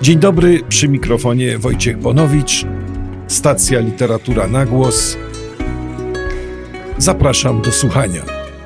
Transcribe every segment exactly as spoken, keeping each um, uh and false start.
Dzień dobry, przy mikrofonie Wojciech Bonowicz, stacja Literatura na Głos. Zapraszam do słuchania.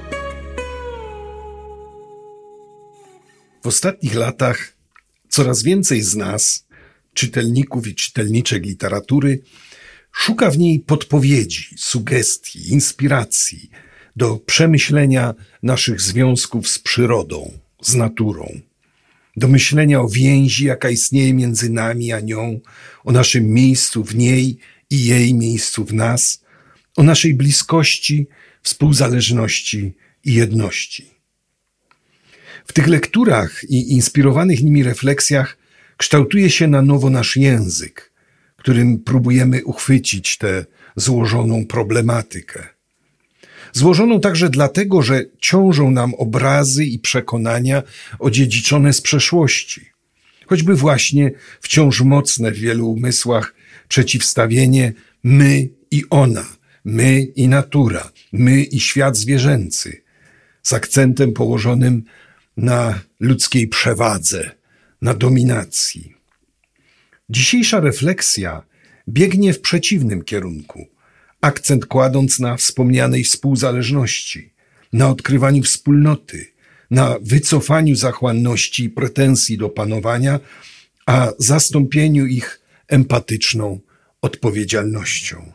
W ostatnich latach coraz więcej z nas, czytelników i czytelniczek literatury, szuka w niej podpowiedzi, sugestii, inspiracji do przemyślenia naszych związków z przyrodą, z naturą, do myślenia o więzi, jaka istnieje między nami a nią, o naszym miejscu w niej i jej miejscu w nas, o naszej bliskości, współzależności i jedności. W tych lekturach i inspirowanych nimi refleksjach kształtuje się na nowo nasz język, którym próbujemy uchwycić tę złożoną problematykę. Złożoną także dlatego, że ciążą nam obrazy i przekonania odziedziczone z przeszłości. Choćby właśnie wciąż mocne w wielu umysłach przeciwstawienie my i ona, my i natura, my i świat zwierzęcy, z akcentem położonym na ludzkiej przewadze, na dominacji. Dzisiejsza refleksja biegnie w przeciwnym kierunku, akcent kładąc na wspomnianej współzależności, na odkrywaniu wspólnoty, na wycofaniu zachłanności i pretensji do panowania, a zastąpieniu ich empatyczną odpowiedzialnością.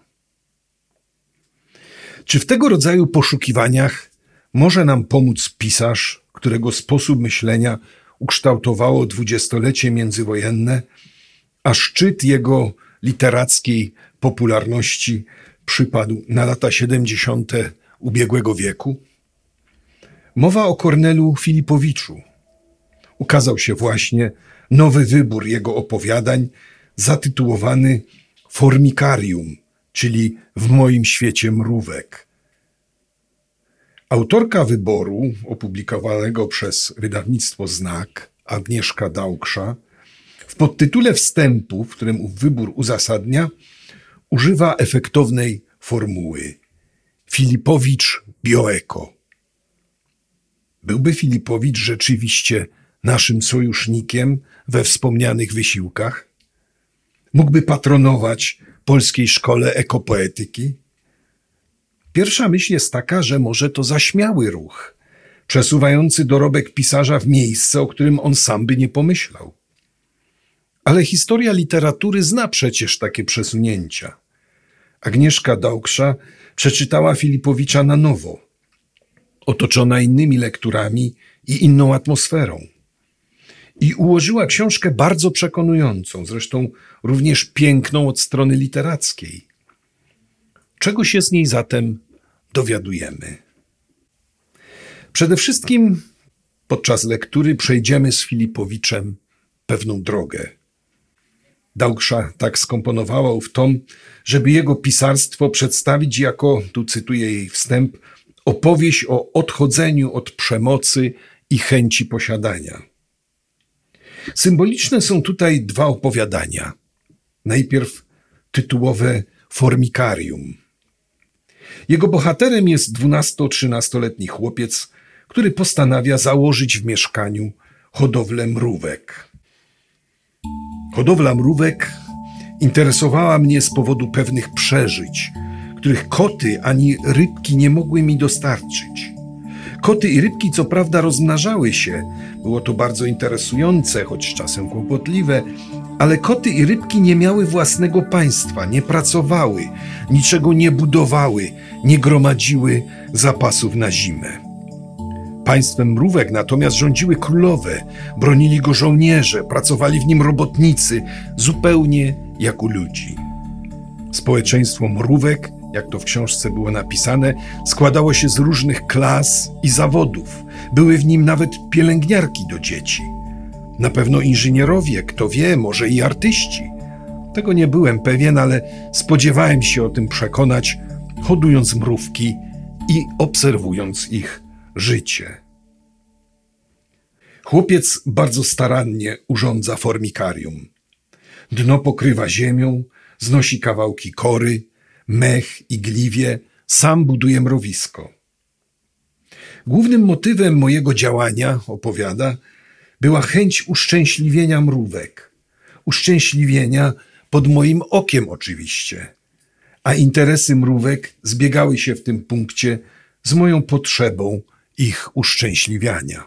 Czy w tego rodzaju poszukiwaniach może nam pomóc pisarz, którego sposób myślenia ukształtowało dwudziestolecie międzywojenne, a szczyt jego literackiej popularności przypadł na lata siedemdziesiąte ubiegłego wieku? Mowa o Kornelu Filipowiczu. Ukazał się właśnie nowy wybór jego opowiadań zatytułowany Formicarium, czyli W moim świecie mrówek. Autorka wyboru, opublikowanego przez wydawnictwo Znak, Agnieszka Dauksza, w podtytule wstępu, w którym ów wybór uzasadnia, używa efektownej formuły Filipowicz bioeko. Byłby Filipowicz rzeczywiście naszym sojusznikiem we wspomnianych wysiłkach? Mógłby patronować polskiej szkole ekopoetyki? Pierwsza myśl jest taka, że może to zaśmiały ruch, przesuwający dorobek pisarza w miejsce, o którym on sam by nie pomyślał. Ale historia literatury zna przecież takie przesunięcia. Agnieszka Dauksza przeczytała Filipowicza na nowo, otoczona innymi lekturami i inną atmosferą. I ułożyła książkę bardzo przekonującą, zresztą również piękną od strony literackiej. Czego się z niej zatem dowiadujemy? Przede wszystkim podczas lektury przejdziemy z Filipowiczem pewną drogę. Dauksza tak skomponowała ów tom, żeby jego pisarstwo przedstawić jako, tu cytuję jej wstęp, opowieść o odchodzeniu od przemocy i chęci posiadania. Symboliczne są tutaj dwa opowiadania. Najpierw tytułowe Formicarium. Jego bohaterem jest dwunasto-trzynastoletni chłopiec, który postanawia założyć w mieszkaniu hodowlę mrówek. Hodowla mrówek interesowała mnie z powodu pewnych przeżyć, których koty ani rybki nie mogły mi dostarczyć. Koty i rybki co prawda rozmnażały się, było to bardzo interesujące, choć czasem kłopotliwe, ale koty i rybki nie miały własnego państwa, nie pracowały, niczego nie budowały, nie gromadziły zapasów na zimę. Państwem mrówek natomiast rządziły królowe, bronili go żołnierze, pracowali w nim robotnicy, zupełnie jak u ludzi. Społeczeństwo mrówek, jak to w książce było napisane, składało się z różnych klas i zawodów. Były w nim nawet pielęgniarki do dzieci. Na pewno inżynierowie, kto wie, może i artyści. Tego nie byłem pewien, ale spodziewałem się o tym przekonać, hodując mrówki i obserwując ich życie. Chłopiec bardzo starannie urządza formikarium. Dno pokrywa ziemią, znosi kawałki kory, mech, igliwie, sam buduje mrowisko. Głównym motywem mojego działania, opowiada, była chęć uszczęśliwienia mrówek, uszczęśliwienia pod moim okiem oczywiście, a interesy mrówek zbiegały się w tym punkcie z moją potrzebą ich uszczęśliwiania.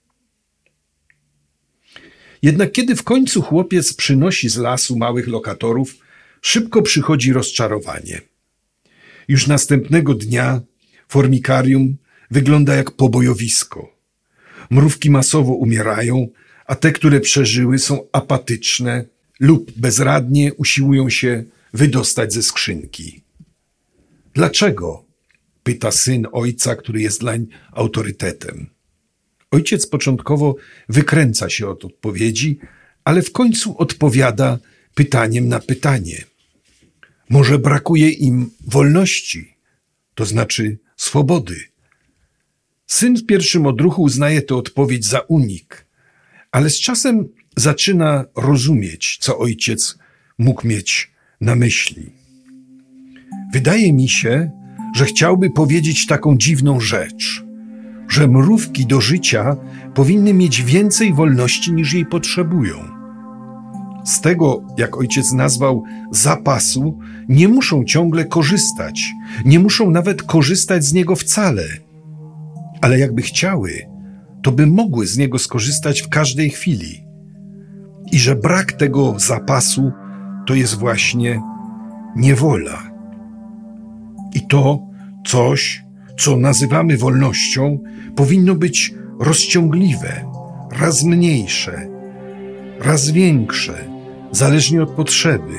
Jednak kiedy w końcu chłopiec przynosi z lasu małych lokatorów, szybko przychodzi rozczarowanie. Już następnego dnia formikarium wygląda jak pobojowisko. Mrówki masowo umierają, a te, które przeżyły, są apatyczne lub bezradnie usiłują się wydostać ze skrzynki. Dlaczego? Pyta syn ojca, który jest dlań autorytetem. Ojciec początkowo wykręca się od odpowiedzi, ale w końcu odpowiada pytaniem na pytanie. Może brakuje im wolności, to znaczy swobody. Syn w pierwszym odruchu uznaje tę odpowiedź za unik, ale z czasem zaczyna rozumieć, co ojciec mógł mieć na myśli. Wydaje mi się, że chciałby powiedzieć taką dziwną rzecz, że mrówki do życia powinny mieć więcej wolności niż jej potrzebują. Z tego, jak ojciec nazwał, zapasu, nie muszą ciągle korzystać, nie muszą nawet korzystać z niego wcale. Ale jakby chciały, to by mogły z niego skorzystać w każdej chwili. I że brak tego zapasu to jest właśnie niewola. I to coś, co nazywamy wolnością, powinno być rozciągliwe, raz mniejsze, raz większe, zależnie od potrzeby.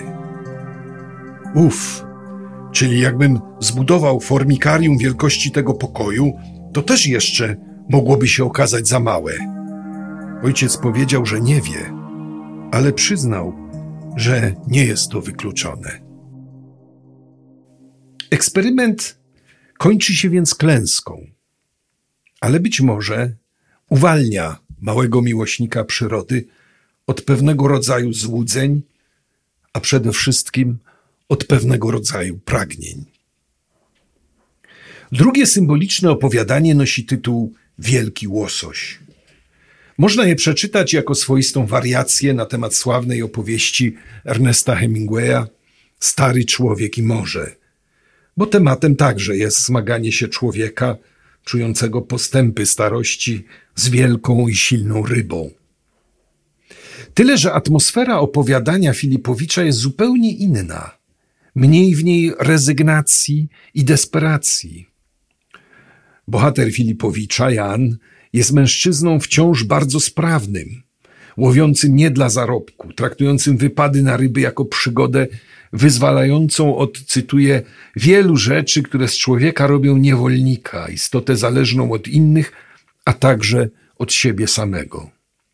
Uf, czyli jakbym zbudował formikarium wielkości tego pokoju, to też jeszcze mogłoby się okazać za małe. Ojciec powiedział, że nie wie, ale przyznał, że nie jest to wykluczone. Eksperyment kończy się więc klęską, ale być może uwalnia małego miłośnika przyrody od pewnego rodzaju złudzeń, a przede wszystkim od pewnego rodzaju pragnień. Drugie symboliczne opowiadanie nosi tytuł Wielki łosoś. Można je przeczytać jako swoistą wariację na temat sławnej opowieści Ernesta Hemingwaya Stary człowiek i morze, bo tematem także jest zmaganie się człowieka czującego postępy starości z wielką i silną rybą. Tyle, że atmosfera opowiadania Filipowicza jest zupełnie inna, mniej w niej rezygnacji i desperacji. Bohater Filipowicza, Jan, jest mężczyzną wciąż bardzo sprawnym, łowiącym nie dla zarobku, traktującym wypady na ryby jako przygodę wyzwalającą od, cytuję, wielu rzeczy, które z człowieka robią niewolnika, istotę zależną od innych, a także od siebie samego.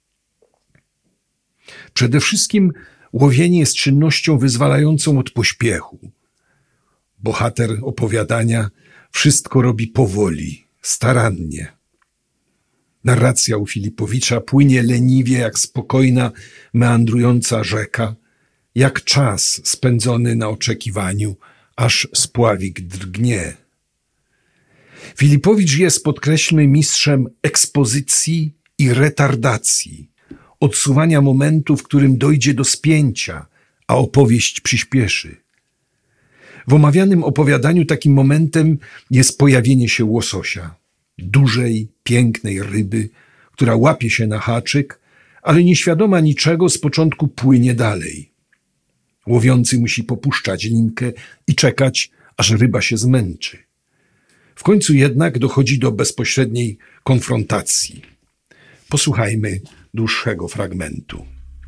Przede wszystkim łowienie jest czynnością wyzwalającą od pośpiechu. Bohater opowiadania wszystko robi powoli, starannie. Narracja u Filipowicza płynie leniwie jak spokojna, meandrująca rzeka, jak czas spędzony na oczekiwaniu, aż spławik drgnie. Filipowicz jest, podkreślmy, mistrzem ekspozycji i retardacji, odsuwania momentu, w którym dojdzie do spięcia, a opowieść przyspieszy. W omawianym opowiadaniu takim momentem jest pojawienie się łososia, dużej, pięknej ryby, która łapie się na haczyk, ale nieświadoma niczego z początku płynie dalej. Łowiący musi popuszczać linkę i czekać, aż ryba się zmęczy. W końcu jednak dochodzi do bezpośredniej konfrontacji. Posłuchajmy dłuższego fragmentu.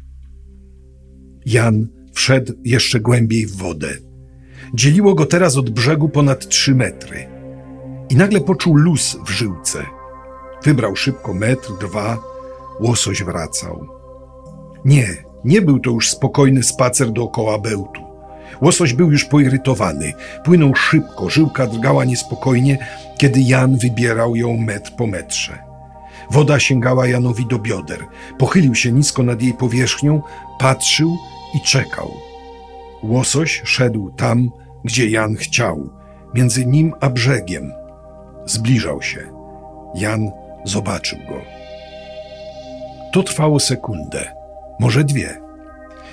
Jan wszedł jeszcze głębiej w wodę. Dzieliło go teraz od brzegu ponad trzy metry. I nagle poczuł luz w żyłce. Wybrał szybko metr, dwa. Łosoś wracał. Nie, nie był to już spokojny spacer dookoła bełtu. Łosoś był już poirytowany. Płynął szybko, żyłka drgała niespokojnie, kiedy Jan wybierał ją metr po metrze. Woda sięgała Janowi do bioder. Pochylił się nisko nad jej powierzchnią, patrzył i czekał. Łosoś szedł tam, gdzie Jan chciał, między nim a brzegiem. Zbliżał się. Jan zobaczył go. To trwało sekundę, może dwie.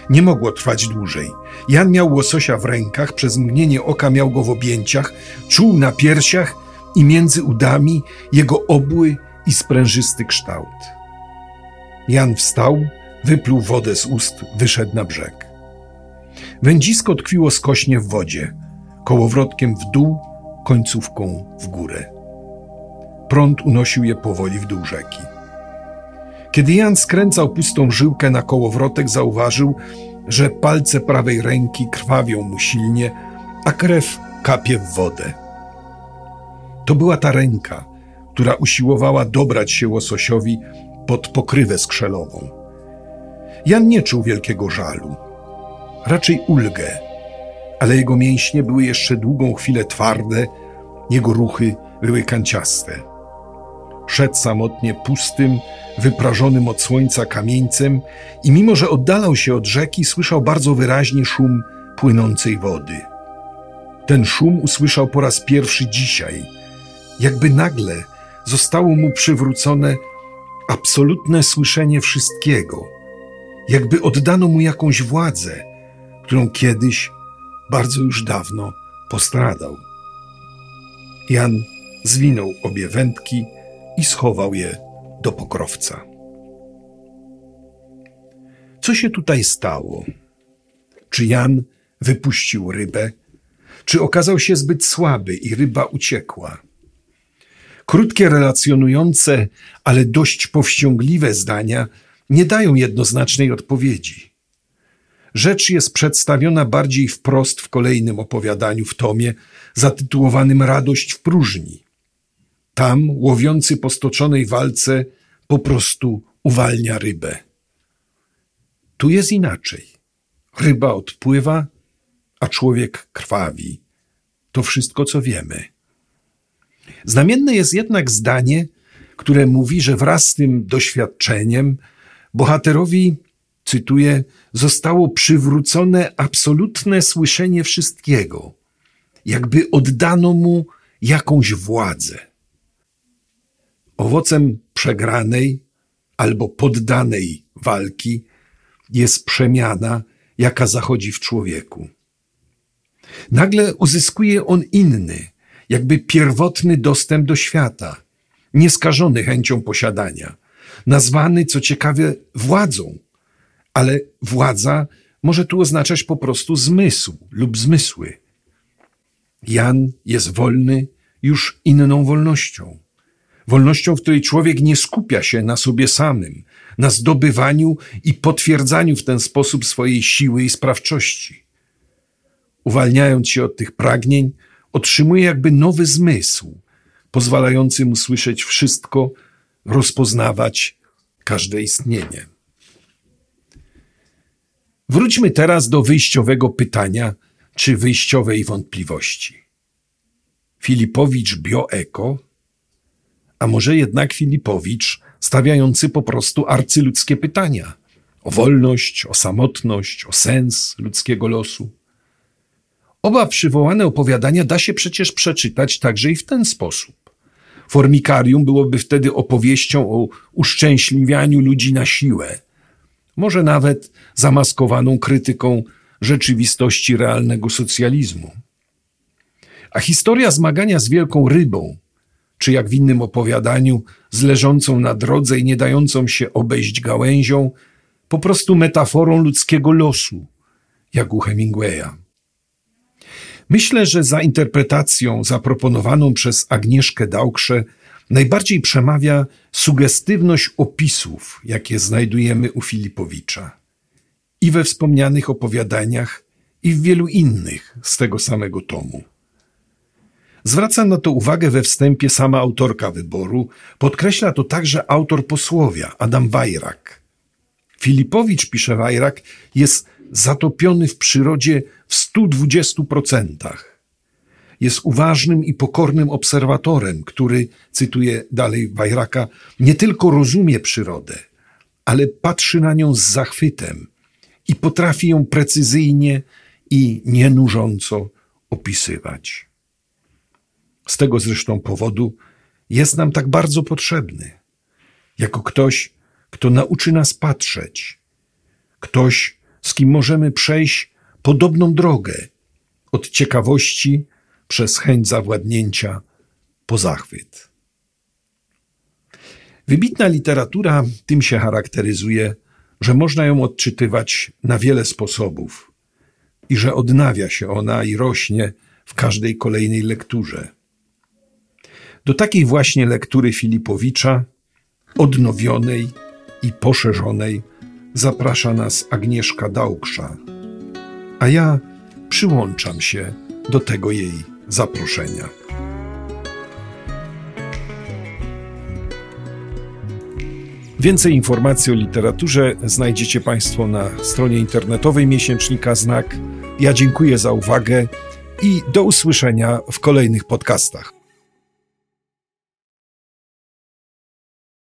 Nie mogło trwać dłużej. Jan miał łososia w rękach, przez mgnienie oka miał go w objęciach, czuł na piersiach i między udami jego obły i sprężysty kształt. Jan wstał, wypluł wodę z ust, wyszedł na brzeg. Wędzisko tkwiło skośnie w wodzie, kołowrotkiem w dół, końcówką w górę. Prąd unosił je powoli w dół rzeki. Kiedy Jan skręcał pustą żyłkę na kołowrotek, zauważył, że palce prawej ręki krwawią mu silnie, a krew kapie w wodę. To była ta ręka, która usiłowała dobrać się łososiowi pod pokrywę skrzelową. Jan nie czuł wielkiego żalu, raczej ulgę, ale jego mięśnie były jeszcze długą chwilę twarde, jego ruchy były kanciaste. Szedł samotnie pustym, wyprażonym od słońca kamieńcem i mimo, że oddalał się od rzeki, słyszał bardzo wyraźnie szum płynącej wody. Ten szum usłyszał po raz pierwszy dzisiaj. Jakby nagle zostało mu przywrócone absolutne słyszenie wszystkiego. Jakby oddano mu jakąś władzę, którą kiedyś, bardzo już dawno, postradał. Jan zwinął obie wędki i schował je do pokrowca. Co się tutaj stało? Czy Jan wypuścił rybę? Czy okazał się zbyt słaby i ryba uciekła? Krótkie, relacjonujące, ale dość powściągliwe zdania nie dają jednoznacznej odpowiedzi. Rzecz jest przedstawiona bardziej wprost w kolejnym opowiadaniu w tomie zatytułowanym Radość w próżni. Tam łowiący po stoczonej walce po prostu uwalnia rybę. Tu jest inaczej. Ryba odpływa, a człowiek krwawi. To wszystko, co wiemy. Znamienne jest jednak zdanie, które mówi, że wraz z tym doświadczeniem bohaterowi, cytuję, zostało przywrócone absolutne słyszenie wszystkiego, jakby oddano mu jakąś władzę. Owocem przegranej albo poddanej walki jest przemiana, jaka zachodzi w człowieku. Nagle uzyskuje on inny, jakby pierwotny dostęp do świata, nieskażony chęcią posiadania, nazwany, co ciekawe, władzą, ale władza może tu oznaczać po prostu zmysł lub zmysły. Jan jest wolny już inną wolnością. Wolnością, w której człowiek nie skupia się na sobie samym, na zdobywaniu i potwierdzaniu w ten sposób swojej siły i sprawczości. Uwalniając się od tych pragnień, otrzymuje jakby nowy zmysł, pozwalający mu słyszeć wszystko, rozpoznawać każde istnienie. Wróćmy teraz do wyjściowego pytania, czy wyjściowej wątpliwości. Filipowicz bioeko, a może jednak Filipowicz stawiający po prostu arcyludzkie pytania o wolność, o samotność, o sens ludzkiego losu. Oba przywołane opowiadania da się przecież przeczytać także i w ten sposób. Formikarium byłoby wtedy opowieścią o uszczęśliwianiu ludzi na siłę, może nawet zamaskowaną krytyką rzeczywistości realnego socjalizmu. A historia zmagania z wielką rybą, czy jak w innym opowiadaniu, z leżącą na drodze i nie dającą się obejść gałęzią, po prostu metaforą ludzkiego losu, jak u Hemingwaya. Myślę, że za interpretacją zaproponowaną przez Agnieszkę Daukszę najbardziej przemawia sugestywność opisów, jakie znajdujemy u Filipowicza. I we wspomnianych opowiadaniach, i w wielu innych z tego samego tomu. Zwraca na to uwagę we wstępie sama autorka wyboru, podkreśla to także autor posłowia, Adam Wajrak. Filipowicz, pisze Wajrak, jest zatopiony w przyrodzie w stu dwudziestu procentach. Jest uważnym i pokornym obserwatorem, który, cytuję dalej Wajraka, nie tylko rozumie przyrodę, ale patrzy na nią z zachwytem i potrafi ją precyzyjnie i nienużąco opisywać. Z tego zresztą powodu jest nam tak bardzo potrzebny, jako ktoś, kto nauczy nas patrzeć, ktoś, z kim możemy przejść podobną drogę, od ciekawości przez chęć zawładnięcia po zachwyt. Wybitna literatura tym się charakteryzuje, że można ją odczytywać na wiele sposobów i że odnawia się ona i rośnie w każdej kolejnej lekturze. Do takiej właśnie lektury Filipowicza, odnowionej i poszerzonej, zaprasza nas Agnieszka Daubsza, a ja przyłączam się do tego jej zaproszenia. Więcej informacji o literaturze znajdziecie Państwo na stronie internetowej miesięcznika Znak. Ja dziękuję za uwagę i do usłyszenia w kolejnych podcastach.